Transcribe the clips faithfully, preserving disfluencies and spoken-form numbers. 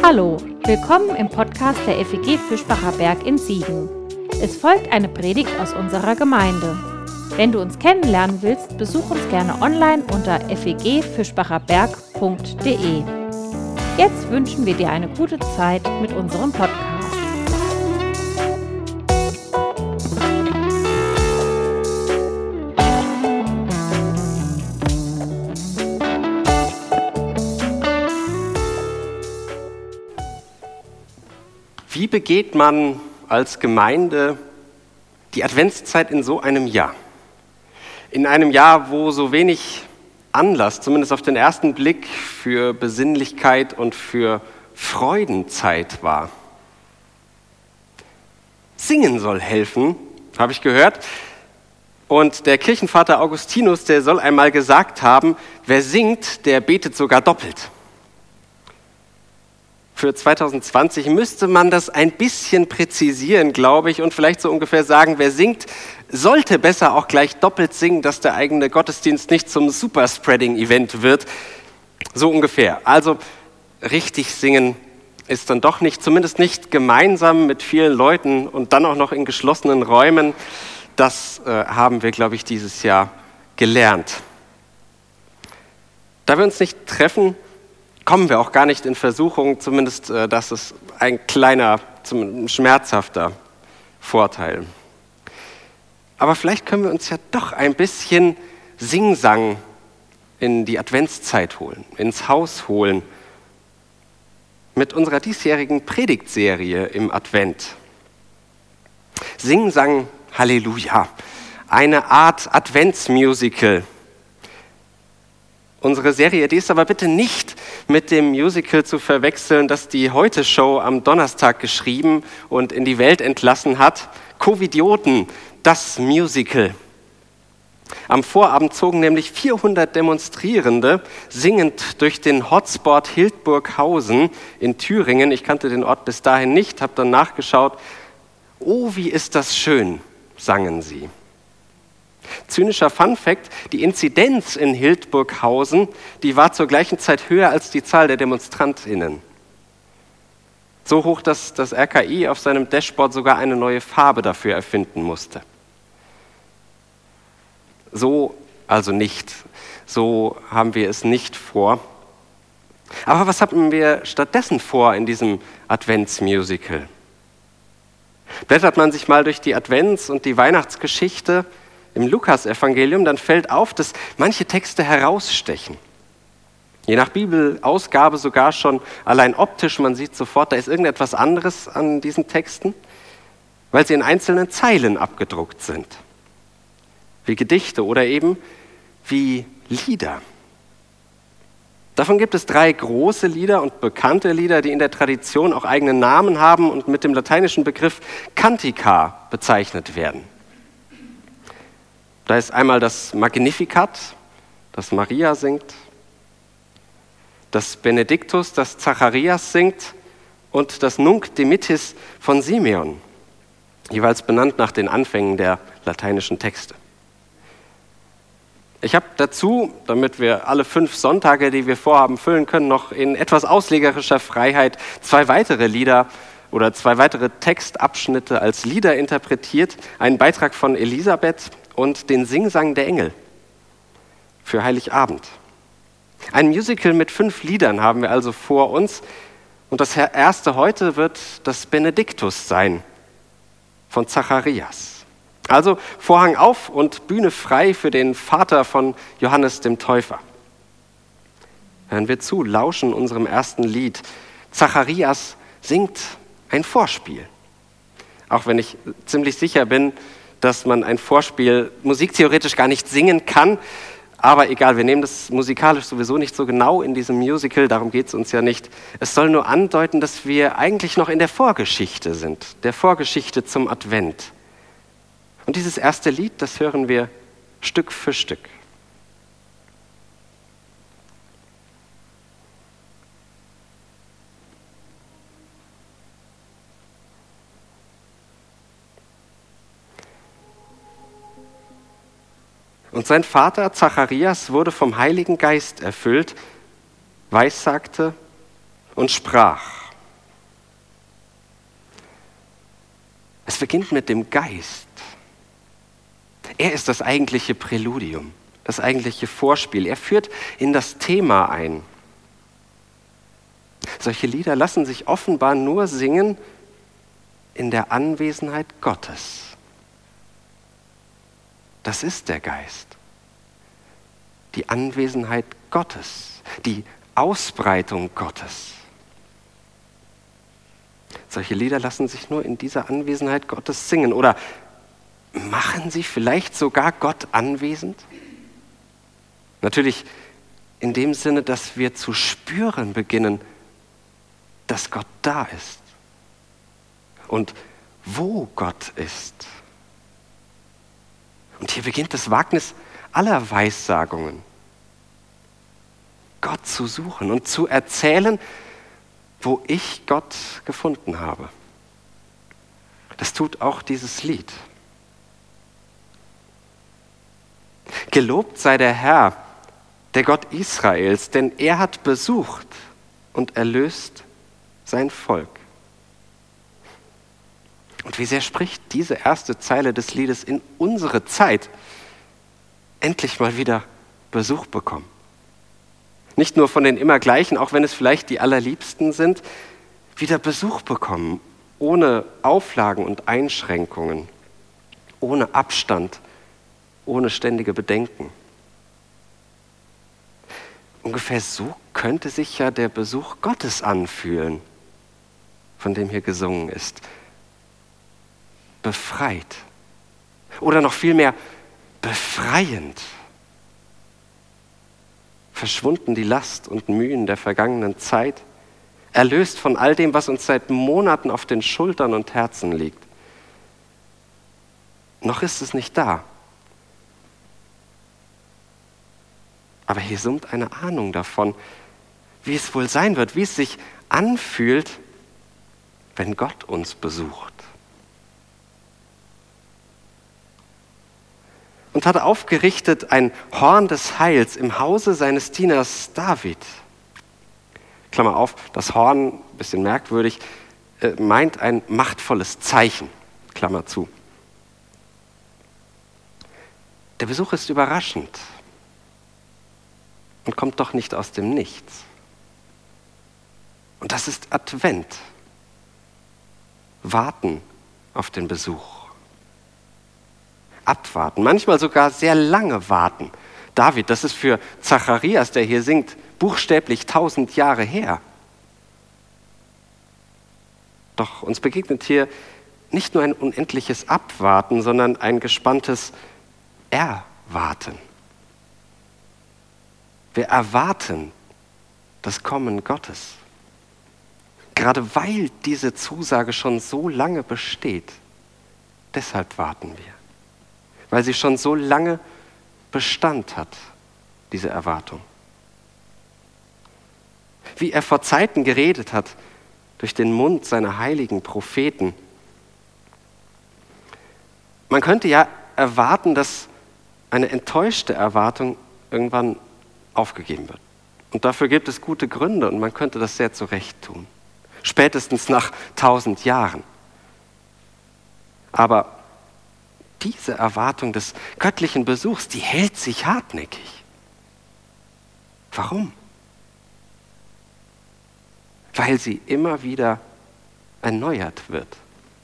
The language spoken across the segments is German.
Hallo, willkommen im Podcast der F E G Fischbacher Berg in Siegen. Es folgt eine Predigt aus unserer Gemeinde. Wenn du uns kennenlernen willst, besuch uns gerne online unter f e g fischbacher berg punkt d e. Jetzt wünschen wir dir eine gute Zeit mit unserem Podcast. Wie begeht man als Gemeinde die Adventszeit in so einem Jahr? In einem Jahr, wo so wenig Anlass, zumindest auf den ersten Blick, für Besinnlichkeit und für Freudenzeit war. Singen soll helfen, habe ich gehört. Und der Kirchenvater Augustinus, der soll einmal gesagt haben, wer singt, der betet sogar doppelt. Für zwanzig zwanzig müsste man das ein bisschen präzisieren, glaube ich, und vielleicht so ungefähr sagen, wer singt, sollte besser auch gleich doppelt singen, dass der eigene Gottesdienst nicht zum Superspreading-Event wird. So ungefähr. Also richtig singen ist dann doch nicht, zumindest nicht gemeinsam mit vielen Leuten und dann auch noch in geschlossenen Räumen. Das äh, haben wir, glaube ich, dieses Jahr gelernt. Da wir uns nicht treffen, kommen wir auch gar nicht in Versuchung, zumindest äh, das ist ein kleiner, zumindest schmerzhafter Vorteil. Aber vielleicht können wir uns ja doch ein bisschen Singsang in die Adventszeit holen, ins Haus holen, mit unserer diesjährigen Predigtserie im Advent. Singsang Halleluja, eine Art Adventsmusical. Unsere Serie, die ist aber bitte nicht mit dem Musical zu verwechseln, das die Heute-Show am Donnerstag geschrieben und in die Welt entlassen hat. Covidioten, das Musical. Am Vorabend zogen nämlich vierhundert Demonstrierende singend durch den Hotspot Hildburghausen in Thüringen. Ich kannte den Ort bis dahin nicht, habe dann nachgeschaut. Oh, wie ist das schön, sangen sie. Zynischer Funfact, die Inzidenz in Hildburghausen, die war zur gleichen Zeit höher als die Zahl der DemonstrantInnen. So hoch, dass das R K I auf seinem Dashboard sogar eine neue Farbe dafür erfinden musste. So also nicht. So haben wir es nicht vor. Aber was haben wir stattdessen vor in diesem Adventsmusical? Blättert man sich mal durch die Advents- und die Weihnachtsgeschichte im Lukas-Evangelium, dann fällt auf, dass manche Texte herausstechen. Je nach Bibelausgabe sogar schon allein optisch, man sieht sofort, da ist irgendetwas anderes an diesen Texten, weil sie in einzelnen Zeilen abgedruckt sind. Wie Gedichte oder eben wie Lieder. Davon gibt es drei große Lieder und bekannte Lieder, die in der Tradition auch eigenen Namen haben und mit dem lateinischen Begriff Cantica bezeichnet werden. Da ist einmal das Magnificat, das Maria singt, das Benedictus, das Zacharias singt und das Nunc Dimittis von Simeon, jeweils benannt nach den Anfängen der lateinischen Texte. Ich habe dazu, damit wir alle fünf Sonntage, die wir vorhaben, füllen können, noch in etwas auslegerischer Freiheit zwei weitere Lieder oder zwei weitere Textabschnitte als Lieder interpretiert, einen Beitrag von Elisabeth und den Singsang der Engel für Heiligabend. Ein Musical mit fünf Liedern haben wir also vor uns und das erste heute wird das Benedictus sein von Zacharias. Also Vorhang auf und Bühne frei für den Vater von Johannes dem Täufer. Hören wir zu, lauschen unserem ersten Lied. Zacharias singt ein Vorspiel. Auch wenn ich ziemlich sicher bin, dass man ein Vorspiel musiktheoretisch gar nicht singen kann. Aber egal, wir nehmen das musikalisch sowieso nicht so genau in diesem Musical, darum geht es uns ja nicht. Es soll nur andeuten, dass wir eigentlich noch in der Vorgeschichte sind, der Vorgeschichte zum Advent. Und dieses erste Lied, das hören wir Stück für Stück. Und sein Vater Zacharias wurde vom Heiligen Geist erfüllt, weissagte und sprach. Es beginnt mit dem Geist. Er ist das eigentliche Präludium, das eigentliche Vorspiel. Er führt in das Thema ein. Solche Lieder lassen sich offenbar nur singen in der Anwesenheit Gottes. Das ist der Geist. Die Anwesenheit Gottes, die Ausbreitung Gottes. Solche Lieder lassen sich nur in dieser Anwesenheit Gottes singen. Oder machen sie vielleicht sogar Gott anwesend? Natürlich in dem Sinne, dass wir zu spüren beginnen, dass Gott da ist. Und wo Gott ist. Und hier beginnt das Wagnis aller Weissagungen. Gott zu suchen und zu erzählen, wo ich Gott gefunden habe. Das tut auch dieses Lied. Gelobt sei der Herr, der Gott Israels, denn er hat besucht und erlöst sein Volk. Und wie sehr spricht diese erste Zeile des Liedes in unsere Zeit, endlich mal wieder Besuch bekommen. Nicht nur von den immer gleichen, auch wenn es vielleicht die allerliebsten sind, wieder Besuch bekommen, ohne Auflagen und Einschränkungen, ohne Abstand, ohne ständige Bedenken. Ungefähr so könnte sich ja der Besuch Gottes anfühlen, von dem hier gesungen ist. Befreit. Oder noch vielmehr befreiend. Verschwunden die Last und Mühen der vergangenen Zeit, erlöst von all dem, was uns seit Monaten auf den Schultern und Herzen liegt. Noch ist es nicht da. Aber hier summt eine Ahnung davon, wie es wohl sein wird, wie es sich anfühlt, wenn Gott uns besucht. Und hat aufgerichtet ein Horn des Heils im Hause seines Dieners David. Klammer auf, das Horn, ein bisschen merkwürdig, äh, meint ein machtvolles Zeichen. Klammer zu. Der Besuch ist überraschend und kommt doch nicht aus dem Nichts. Und das ist Advent. Warten auf den Besuch. Abwarten, manchmal sogar sehr lange warten. David, das ist für Zacharias, der hier singt, buchstäblich tausend Jahre her. Doch uns begegnet hier nicht nur ein unendliches Abwarten, sondern ein gespanntes Erwarten. Wir erwarten das Kommen Gottes. Gerade weil diese Zusage schon so lange besteht, deshalb warten wir. Weil sie schon so lange Bestand hat, diese Erwartung. Wie er vor Zeiten geredet hat, durch den Mund seiner heiligen Propheten. Man könnte ja erwarten, dass eine enttäuschte Erwartung irgendwann aufgegeben wird. Und dafür gibt es gute Gründe und man könnte das sehr zu Recht tun. Spätestens nach tausend Jahren. Aber diese Erwartung des göttlichen Besuchs, die hält sich hartnäckig. Warum? Weil sie immer wieder erneuert wird.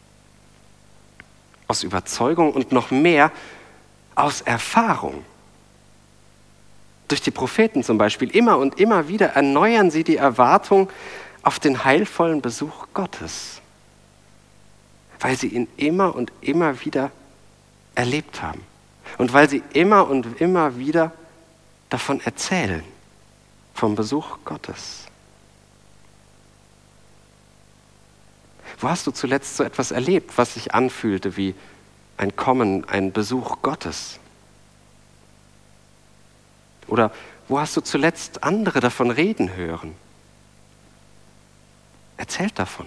Aus Überzeugung und noch mehr aus Erfahrung. Durch die Propheten zum Beispiel, immer und immer wieder erneuern sie die Erwartung auf den heilvollen Besuch Gottes. Weil sie ihn immer und immer wieder erlebt haben. Und weil sie immer und immer wieder davon erzählen, vom Besuch Gottes. Wo hast du zuletzt so etwas erlebt, was sich anfühlte wie ein Kommen, ein Besuch Gottes? Oder wo hast du zuletzt andere davon reden hören? Erzählt davon.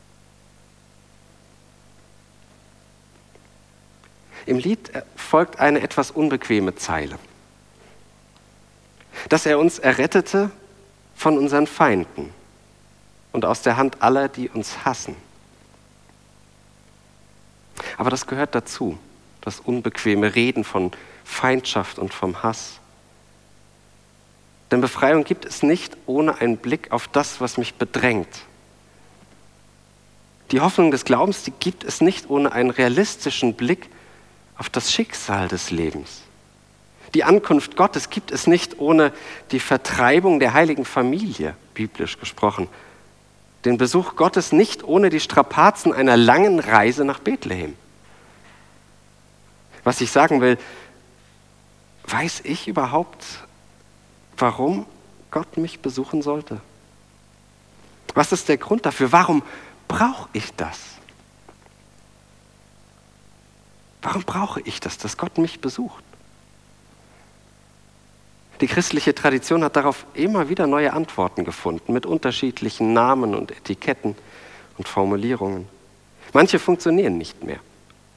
Im Lied folgt eine etwas unbequeme Zeile. Dass er uns errettete von unseren Feinden und aus der Hand aller, die uns hassen. Aber das gehört dazu, das unbequeme Reden von Feindschaft und vom Hass. Denn Befreiung gibt es nicht ohne einen Blick auf das, was mich bedrängt. Die Hoffnung des Glaubens, die gibt es nicht ohne einen realistischen Blick auf das Schicksal des Lebens. Die Ankunft Gottes gibt es nicht ohne die Vertreibung der heiligen Familie, biblisch gesprochen. Den Besuch Gottes nicht ohne die Strapazen einer langen Reise nach Bethlehem. Was ich sagen will, weiß ich überhaupt, warum Gott mich besuchen sollte? Was ist der Grund dafür? Warum brauche ich das? Warum brauche ich das, dass Gott mich besucht? Die christliche Tradition hat darauf immer wieder neue Antworten gefunden, mit unterschiedlichen Namen und Etiketten und Formulierungen. Manche funktionieren nicht mehr.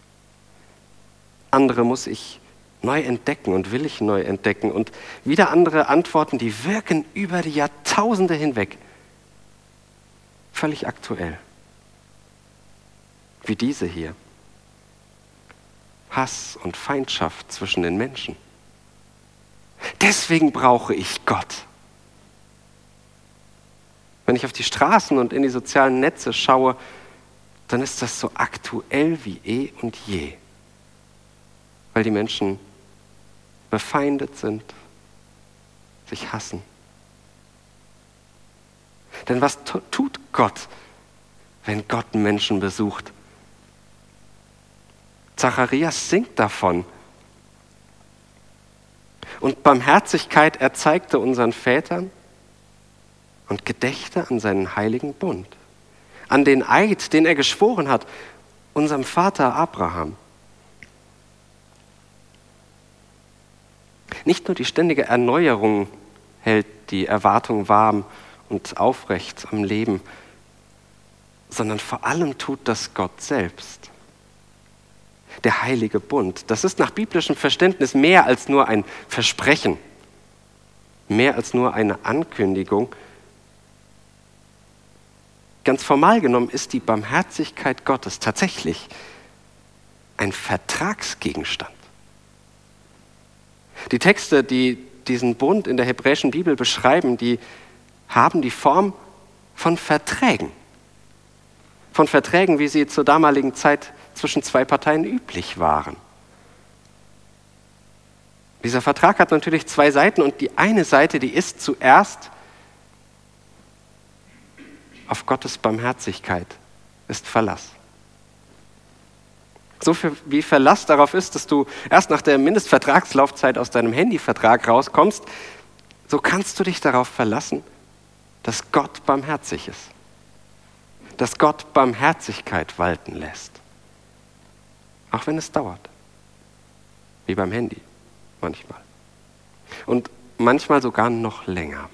Andere muss ich neu entdecken und will ich neu entdecken. Und wieder andere Antworten, die wirken über die Jahrtausende hinweg. Völlig aktuell. Wie diese hier. Hass und Feindschaft zwischen den Menschen. Deswegen brauche ich Gott. Wenn ich auf die Straßen und in die sozialen Netze schaue, dann ist das so aktuell wie eh und je. Weil die Menschen befeindet sind, sich hassen. Denn was t- tut Gott, wenn Gott Menschen besucht? Zacharias singt davon. Und Barmherzigkeit erzeigte unseren Vätern und gedächte an seinen heiligen Bund, an den Eid, den er geschworen hat, unserem Vater Abraham. Nicht nur die ständige Erneuerung hält die Erwartung warm und aufrecht am Leben, sondern vor allem tut das Gott selbst. Der heilige Bund, das ist nach biblischem Verständnis mehr als nur ein Versprechen, mehr als nur eine Ankündigung. Ganz formal genommen ist die Barmherzigkeit Gottes tatsächlich ein Vertragsgegenstand. Die Texte, die diesen Bund in der hebräischen Bibel beschreiben, die haben die Form von Verträgen. Von Verträgen, wie sie zur damaligen Zeit zwischen zwei Parteien üblich waren. Dieser Vertrag hat natürlich zwei Seiten und die eine Seite, die ist zuerst auf Gottes Barmherzigkeit, ist Verlass. So viel wie Verlass darauf ist, dass du erst nach der Mindestvertragslaufzeit aus deinem Handyvertrag rauskommst, so kannst du dich darauf verlassen, dass Gott barmherzig ist. Dass Gott Barmherzigkeit walten lässt. Auch wenn es dauert. Wie beim Handy, manchmal. Und manchmal sogar noch länger.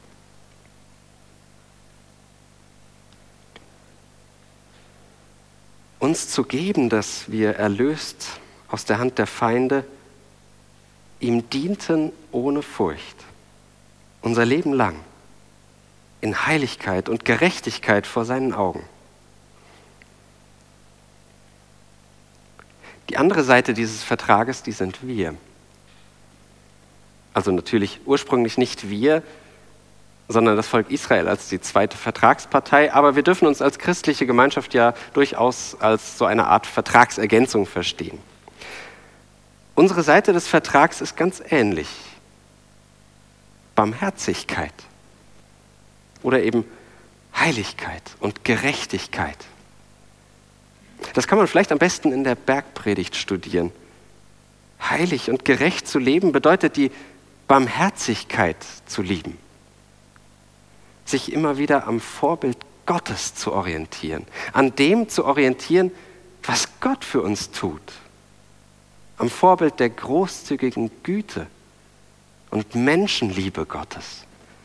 Uns zu geben, dass wir erlöst aus der Hand der Feinde ihm dienten ohne Furcht. Unser Leben lang. In Heiligkeit und Gerechtigkeit vor seinen Augen. Die andere Seite dieses Vertrages, die sind wir. Also natürlich ursprünglich nicht wir, sondern das Volk Israel als die zweite Vertragspartei. Aber wir dürfen uns als christliche Gemeinschaft ja durchaus als so eine Art Vertragsergänzung verstehen. Unsere Seite des Vertrags ist ganz ähnlich. Barmherzigkeit oder eben Heiligkeit und Gerechtigkeit. Das kann man vielleicht am besten in der Bergpredigt studieren. Heilig und gerecht zu leben bedeutet die Barmherzigkeit zu lieben. Sich immer wieder am Vorbild Gottes zu orientieren. An dem zu orientieren, was Gott für uns tut. Am Vorbild der großzügigen Güte und Menschenliebe Gottes.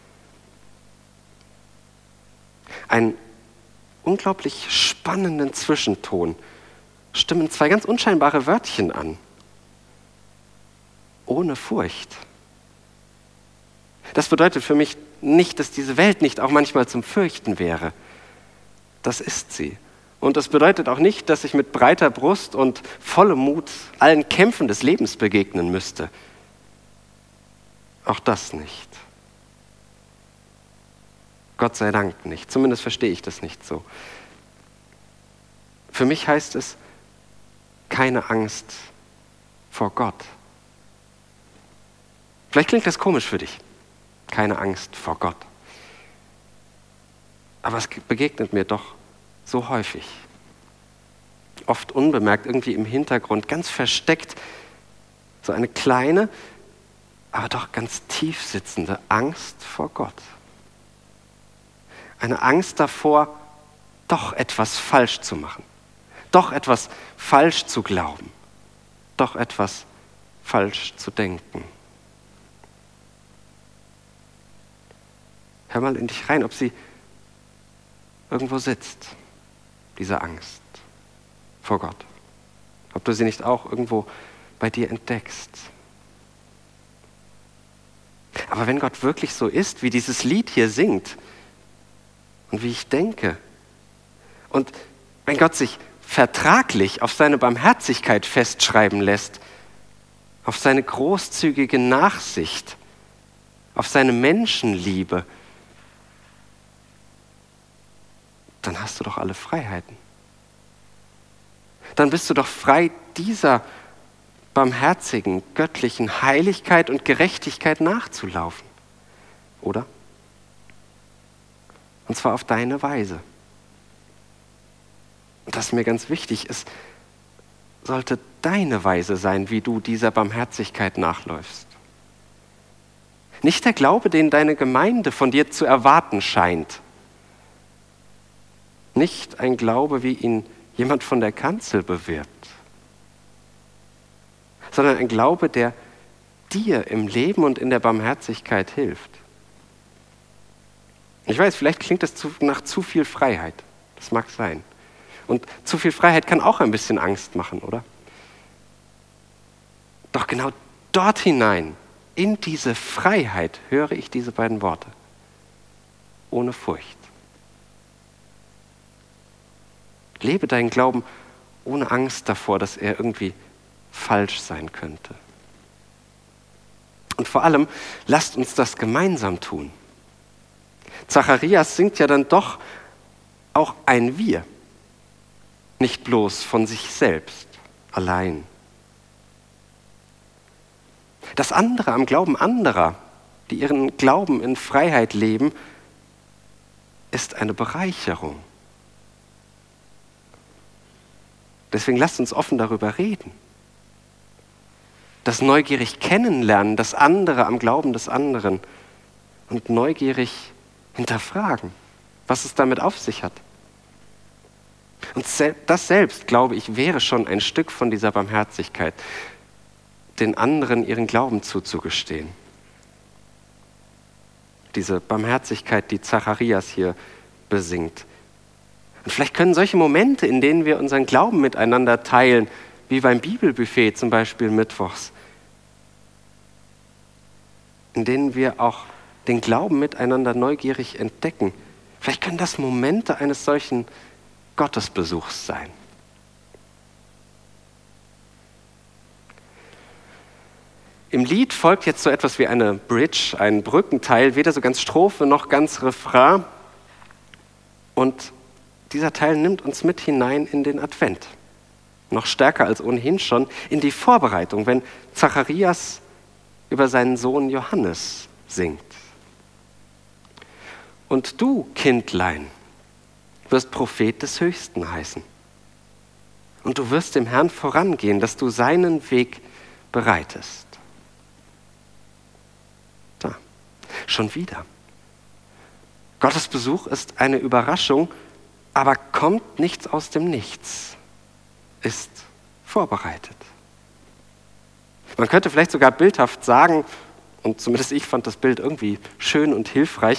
Ein unglaublich spannenden Zwischenton stimmen zwei ganz unscheinbare Wörtchen an. Ohne Furcht. Das bedeutet für mich nicht, dass diese Welt nicht auch manchmal zum Fürchten wäre. Das ist sie. Und das bedeutet auch nicht, dass ich mit breiter Brust und vollem Mut allen Kämpfen des Lebens begegnen müsste. Auch das nicht. Gott sei Dank nicht. Zumindest verstehe ich das nicht so. Für mich heißt es, keine Angst vor Gott. Vielleicht klingt das komisch für dich. Keine Angst vor Gott. Aber es begegnet mir doch so häufig. Oft unbemerkt, irgendwie im Hintergrund, ganz versteckt. So eine kleine, aber doch ganz tief sitzende Angst vor Gott. Eine Angst davor, doch etwas falsch zu machen. Doch etwas falsch zu glauben. Doch etwas falsch zu denken. Hör mal in dich rein, ob sie irgendwo sitzt, diese Angst vor Gott. Ob du sie nicht auch irgendwo bei dir entdeckst. Aber wenn Gott wirklich so ist, wie dieses Lied hier singt und wie ich denke, und wenn Gott sich vertraglich auf seine Barmherzigkeit festschreiben lässt, auf seine großzügige Nachsicht, auf seine Menschenliebe, dann hast du doch alle Freiheiten. Dann bist du doch frei, dieser barmherzigen, göttlichen Heiligkeit und Gerechtigkeit nachzulaufen. Oder? Und zwar auf deine Weise. Und das ist mir ganz wichtig, es sollte deine Weise sein, wie du dieser Barmherzigkeit nachläufst. Nicht der Glaube, den deine Gemeinde von dir zu erwarten scheint. Nicht ein Glaube, wie ihn jemand von der Kanzel bewirbt, sondern ein Glaube, der dir im Leben und in der Barmherzigkeit hilft. Ich weiß, vielleicht klingt das zu, nach zu viel Freiheit. Das mag sein. Und zu viel Freiheit kann auch ein bisschen Angst machen, oder? Doch genau dort hinein, in diese Freiheit, höre ich diese beiden Worte. Ohne Furcht. Lebe deinen Glauben ohne Angst davor, dass er irgendwie falsch sein könnte. Und vor allem, lasst uns das gemeinsam tun. Zacharias singt ja dann doch auch ein Wir. Nicht bloß von sich selbst, allein. Das andere am Glauben anderer, die ihren Glauben in Freiheit leben, ist eine Bereicherung. Deswegen lasst uns offen darüber reden. Das neugierig kennenlernen, das andere am Glauben des anderen und neugierig hinterfragen, was es damit auf sich hat. Und das selbst, glaube ich, wäre schon ein Stück von dieser Barmherzigkeit, den anderen ihren Glauben zuzugestehen. Diese Barmherzigkeit, die Zacharias hier besingt. Und vielleicht können solche Momente, in denen wir unseren Glauben miteinander teilen, wie beim Bibelbuffet zum Beispiel mittwochs, in denen wir auch den Glauben miteinander neugierig entdecken, vielleicht können das Momente eines solchen Gottesbesuchs sein. Im Lied folgt jetzt so etwas wie eine Bridge, ein Brückenteil, weder so ganz Strophe noch ganz Refrain. Und dieser Teil nimmt uns mit hinein in den Advent. Noch stärker als ohnehin schon in die Vorbereitung, wenn Zacharias über seinen Sohn Johannes singt. Und du, Kindlein, wirst Prophet des Höchsten heißen. Und du wirst dem Herrn vorangehen, dass du seinen Weg bereitest. Da, schon wieder. Gottes Besuch ist eine Überraschung, aber kommt nichts aus dem Nichts, ist vorbereitet. Man könnte vielleicht sogar bildhaft sagen, und zumindest ich fand das Bild irgendwie schön und hilfreich,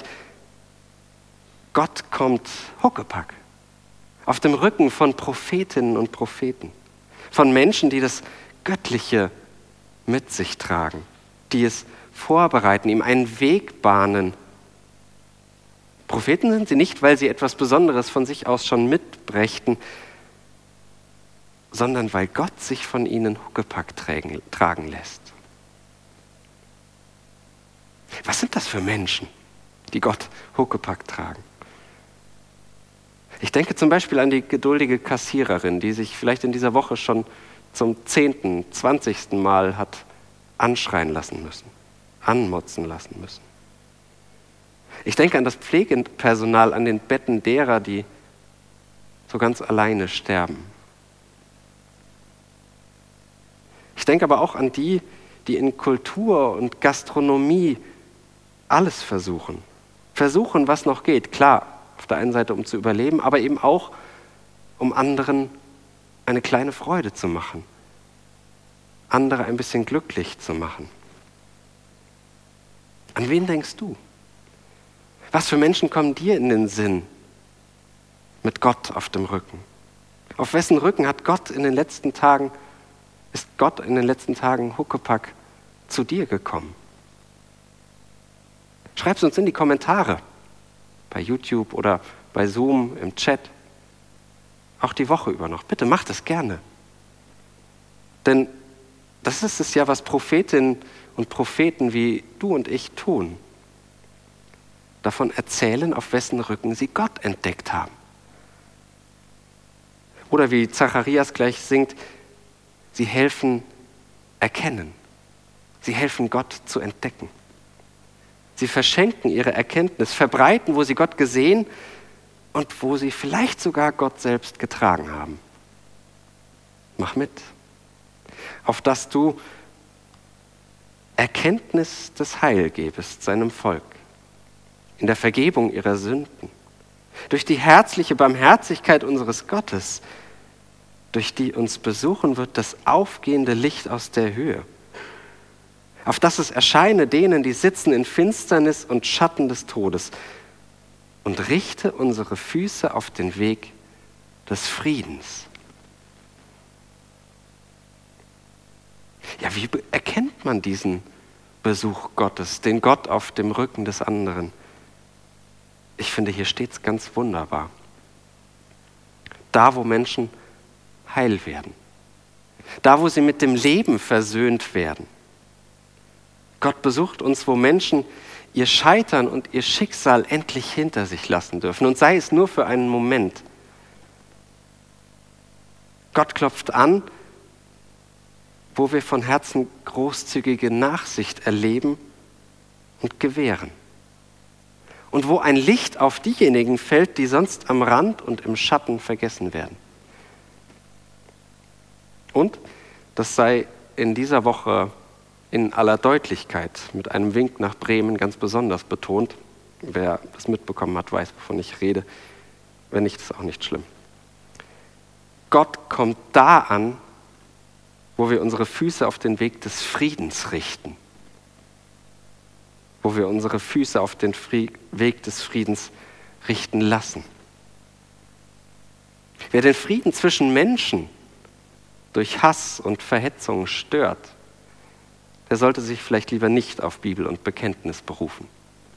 Gott kommt Huckepack, auf dem Rücken von Prophetinnen und Propheten, von Menschen, die das Göttliche mit sich tragen, die es vorbereiten, ihm einen Weg bahnen, Propheten sind sie nicht, weil sie etwas Besonderes von sich aus schon mitbrächten, sondern weil Gott sich von ihnen Huckepack tragen, tragen lässt. Was sind das für Menschen, die Gott Huckepack tragen? Ich denke zum Beispiel an die geduldige Kassiererin, die sich vielleicht in dieser Woche schon zum zehnten, zwanzigsten Mal hat anschreien lassen müssen, anmotzen lassen müssen. Ich denke an das Pflegepersonal an den Betten derer, die so ganz alleine sterben. Ich denke aber auch an die, die in Kultur und Gastronomie alles versuchen. Versuchen, was noch geht. Klar, auf der einen Seite, um zu überleben, aber eben auch, um anderen eine kleine Freude zu machen. Andere ein bisschen glücklich zu machen. An wen denkst du? Was für Menschen kommen dir in den Sinn mit Gott auf dem Rücken? Auf wessen Rücken hat Gott in den letzten Tagen, ist Gott in den letzten Tagen Huckepack zu dir gekommen? Schreib es uns in die Kommentare, bei YouTube oder bei Zoom, im Chat, auch die Woche über noch. Bitte macht es gerne. Denn das ist es ja, was Prophetinnen und Propheten wie du und ich tun. Davon erzählen, auf wessen Rücken sie Gott entdeckt haben. Oder wie Zacharias gleich singt, sie helfen erkennen. Sie helfen Gott zu entdecken. Sie verschenken ihre Erkenntnis, verbreiten, wo sie Gott gesehen und wo sie vielleicht sogar Gott selbst getragen haben. Mach mit, auf dass du Erkenntnis des Heil gebest seinem Volk, in der Vergebung ihrer Sünden, durch die herzliche Barmherzigkeit unseres Gottes, durch die uns besuchen wird das aufgehende Licht aus der Höhe, auf dass es erscheine denen, die sitzen in Finsternis und Schatten des Todes, und richte unsere Füße auf den Weg des Friedens. Ja, wie erkennt man diesen Besuch Gottes, den Gott auf dem Rücken des anderen? Ich finde, hier steht es ganz wunderbar. Da, wo Menschen heil werden. Da, wo sie mit dem Leben versöhnt werden. Gott besucht uns, wo Menschen ihr Scheitern und ihr Schicksal endlich hinter sich lassen dürfen. Und sei es nur für einen Moment. Gott klopft an, wo wir von Herzen großzügige Nachsicht erleben und gewähren. Und wo ein Licht auf diejenigen fällt, die sonst am Rand und im Schatten vergessen werden. Und das sei in dieser Woche in aller Deutlichkeit mit einem Wink nach Bremen ganz besonders betont. Wer das mitbekommen hat, weiß, wovon ich rede. Wenn nicht, ist auch nicht schlimm. Gott kommt da an, wo wir unsere Füße auf den Weg des Friedens richten. Wo wir unsere Füße auf den Fri- Weg des Friedens richten lassen. Wer den Frieden zwischen Menschen durch Hass und Verhetzung stört, der sollte sich vielleicht lieber nicht auf Bibel und Bekenntnis berufen.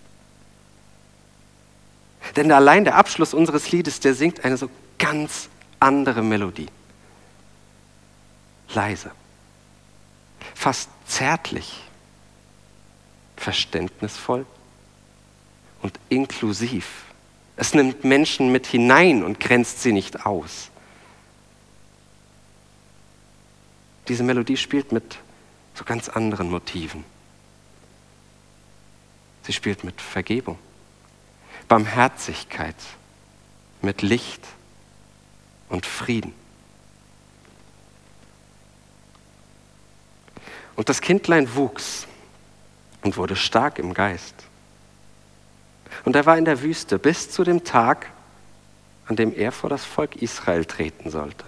Denn allein der Abschluss unseres Liedes, der singt eine so ganz andere Melodie. Leise, fast zärtlich, verständnisvoll und inklusiv. Es nimmt Menschen mit hinein und grenzt sie nicht aus. Diese Melodie spielt mit so ganz anderen Motiven. Sie spielt mit Vergebung, Barmherzigkeit, mit Licht und Frieden. Und das Kindlein wuchs und wurde stark im Geist. Und er war in der Wüste bis zu dem Tag, an dem er vor das Volk Israel treten sollte.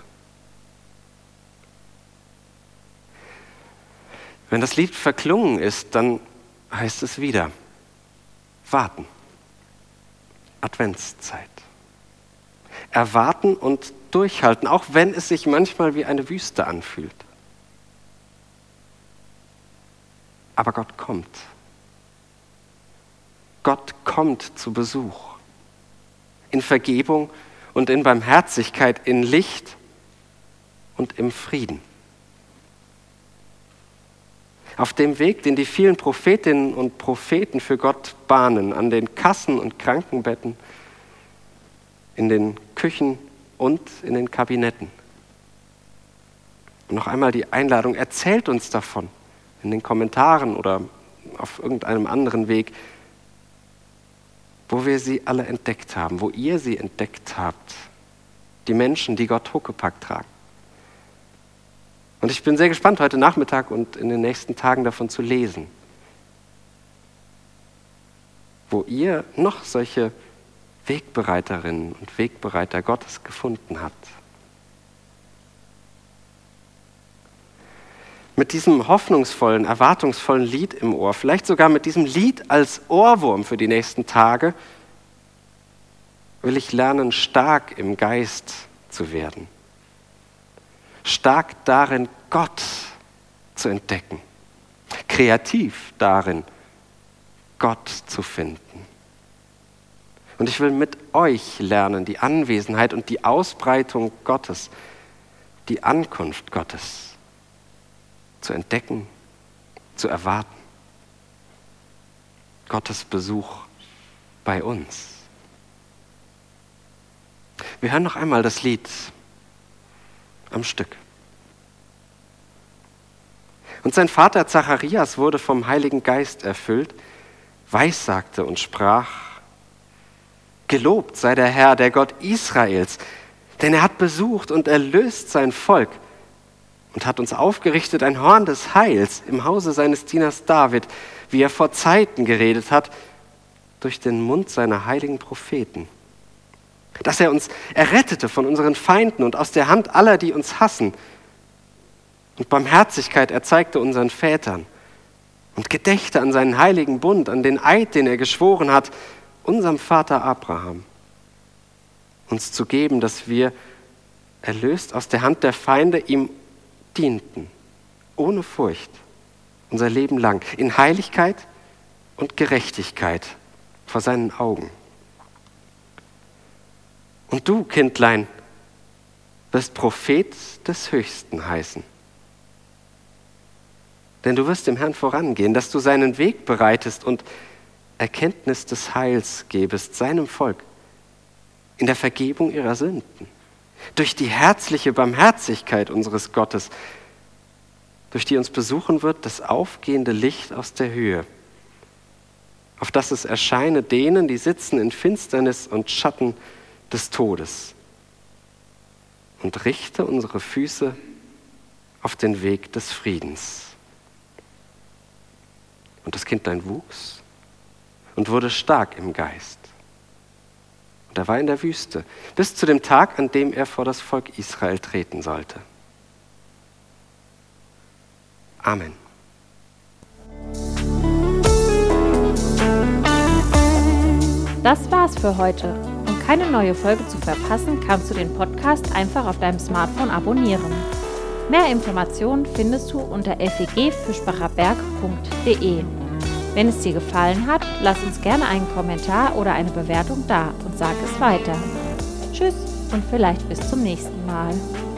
Wenn das Lied verklungen ist, dann heißt es wieder, warten. Adventszeit. Erwarten und durchhalten, auch wenn es sich manchmal wie eine Wüste anfühlt. Aber Gott kommt. Gott kommt zu Besuch. in Vergebung und in Barmherzigkeit, in Licht und im Frieden. Auf dem Weg, den die vielen Prophetinnen und Propheten für Gott bahnen, an den Kassen und Krankenbetten, in den Küchen und in den Kabinetten. Und noch einmal die Einladung, erzählt uns davon in den Kommentaren oder auf irgendeinem anderen Weg, wo wir sie alle entdeckt haben, wo ihr sie entdeckt habt, die Menschen, die Gott Huckepack tragen. Und ich bin sehr gespannt, heute Nachmittag und in den nächsten Tagen davon zu lesen, wo ihr noch solche Wegbereiterinnen und Wegbereiter Gottes gefunden habt. Mit diesem hoffnungsvollen, erwartungsvollen Lied im Ohr, vielleicht sogar mit diesem Lied als Ohrwurm für die nächsten Tage, will ich lernen, stark im Geist zu werden. Stark darin, Gott zu entdecken. Kreativ darin, Gott zu finden. Und ich will mit euch lernen, die Anwesenheit und die Ausbreitung Gottes, die Ankunft Gottes zu entdecken, zu erwarten. Gottes Besuch bei uns. Wir hören noch einmal das Lied am Stück. Und sein Vater Zacharias wurde vom Heiligen Geist erfüllt, weissagte und sprach: Gelobt sei der Herr, der Gott Israels, denn er hat besucht und erlöst sein Volk und hat uns aufgerichtet ein Horn des Heils im Hause seines Dieners David, wie er vor Zeiten geredet hat, durch den Mund seiner heiligen Propheten. Dass er uns errettete von unseren Feinden und aus der Hand aller, die uns hassen. Und Barmherzigkeit erzeigte unseren Vätern und gedächte an seinen heiligen Bund, an den Eid, den er geschworen hat, unserem Vater Abraham, uns zu geben, dass wir, erlöst aus der Hand der Feinde, ihm dienten, ohne Furcht, unser Leben lang, in Heiligkeit und Gerechtigkeit vor seinen Augen. Und du, Kindlein, wirst Prophet des Höchsten heißen. Denn du wirst dem Herrn vorangehen, dass du seinen Weg bereitest und Erkenntnis des Heils gebest seinem Volk in der Vergebung ihrer Sünden, durch die herzliche Barmherzigkeit unseres Gottes, durch die uns besuchen wird das aufgehende Licht aus der Höhe, auf das es erscheine denen, die sitzen in Finsternis und Schatten des Todes, und richte unsere Füße auf den Weg des Friedens. Und das Kindlein wuchs und wurde stark im Geist. Und er war in der Wüste, bis zu dem Tag, an dem er vor das Volk Israel treten sollte. Amen. Das war's für heute. Um keine neue Folge zu verpassen, kannst du den Podcast einfach auf deinem Smartphone abonnieren. Mehr Informationen findest du unter f e g fischbacher berg punkt d e. Wenn es dir gefallen hat, lass uns gerne einen Kommentar oder eine Bewertung da und sag es weiter. Tschüss und vielleicht bis zum nächsten Mal.